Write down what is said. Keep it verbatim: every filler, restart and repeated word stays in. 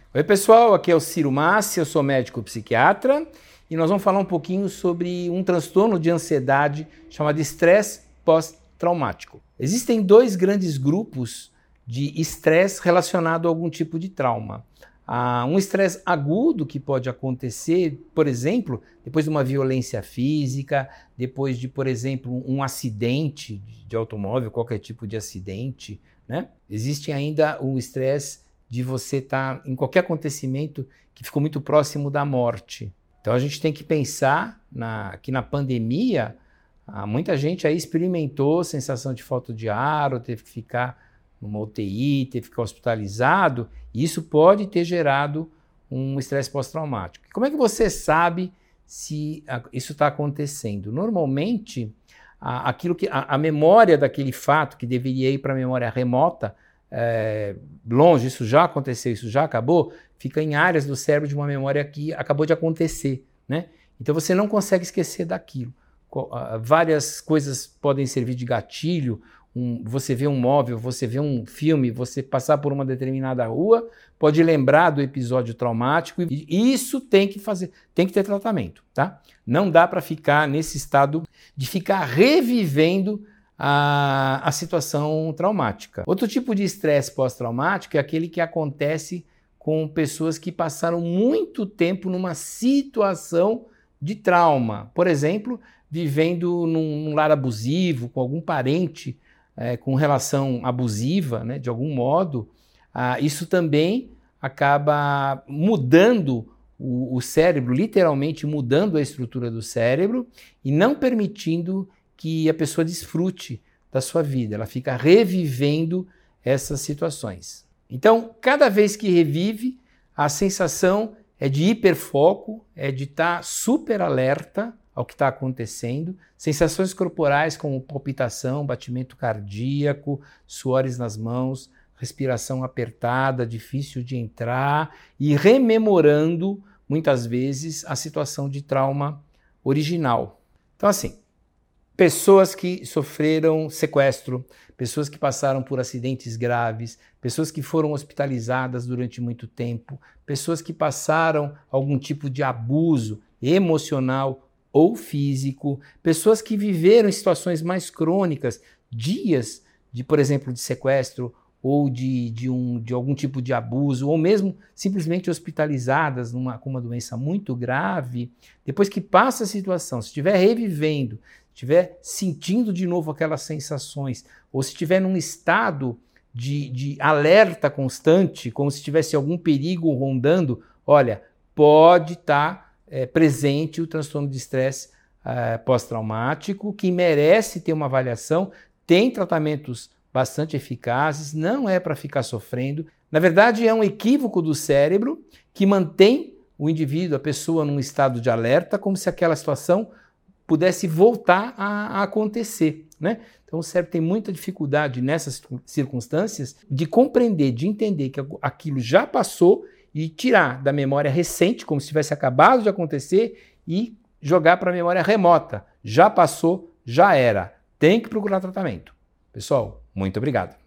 Oi pessoal, aqui é o Ciro Massi, eu sou médico psiquiatra e nós vamos falar um pouquinho sobre um transtorno de ansiedade chamado estresse pós-traumático. Existem dois grandes grupos de estresse relacionado a algum tipo de trauma. Há um estresse agudo que pode acontecer, por exemplo, depois de uma violência física, depois de, por exemplo, um acidente de automóvel, qualquer tipo de acidente, né? Existe ainda o estresse de você estar em qualquer acontecimento que ficou muito próximo da morte. Então a gente tem que pensar na, que na pandemia, muita gente aí experimentou sensação de falta de ar, ou teve que ficar numa U T I, teve que ficar hospitalizado, e isso pode ter gerado um estresse pós-traumático. Como é que você sabe se isso está acontecendo? Normalmente, a, aquilo que, a, a memória daquele fato que deveria ir para a memória remota, é, longe, isso já aconteceu, isso já acabou, fica em áreas do cérebro de uma memória que acabou de acontecer, né? Então você não consegue esquecer daquilo. Várias coisas podem servir de gatilho. Um, você vê um móvel, você vê um filme, você passar por uma determinada rua, pode lembrar do episódio traumático, e isso tem que fazer, tem que ter tratamento, tá? Não dá para ficar nesse estado de ficar revivendo a, a situação traumática. Outro tipo de estresse pós-traumático é aquele que acontece com pessoas que passaram muito tempo numa situação de trauma. Por exemplo, vivendo num, num lar abusivo, com algum parente É, com relação abusiva, né, de algum modo, ah, isso também acaba mudando o, o cérebro, literalmente mudando a estrutura do cérebro e não permitindo que a pessoa desfrute da sua vida. Ela fica revivendo essas situações. Então, cada vez que revive, a sensação é de hiperfoco, é de estar super alerta ao que está acontecendo, sensações corporais como palpitação, batimento cardíaco, suores nas mãos, respiração apertada, difícil de entrar e rememorando, muitas vezes, a situação de trauma original. Então, assim, pessoas que sofreram sequestro, pessoas que passaram por acidentes graves, pessoas que foram hospitalizadas durante muito tempo, pessoas que passaram algum tipo de abuso emocional ou físico, pessoas que viveram em situações mais crônicas, dias de, por exemplo, de sequestro ou de, de, um, de algum tipo de abuso, ou mesmo simplesmente hospitalizadas numa, com uma doença muito grave, depois que passa a situação, se estiver revivendo, estiver sentindo de novo aquelas sensações, ou se estiver num estado de, de alerta constante, como se tivesse algum perigo rondando, olha, pode estar tá É, presente o transtorno de estresse é, pós-traumático, que merece ter uma avaliação, tem tratamentos bastante eficazes, não é para ficar sofrendo. Na verdade, é um equívoco do cérebro que mantém o indivíduo, a pessoa, num estado de alerta, como se aquela situação pudesse voltar a, a acontecer, né? Então o cérebro tem muita dificuldade nessas circunstâncias de compreender, de entender que aquilo já passou e tirar da memória recente, como se tivesse acabado de acontecer, e jogar para a memória remota. Já passou, já era. Tem que procurar tratamento. Pessoal, muito obrigado.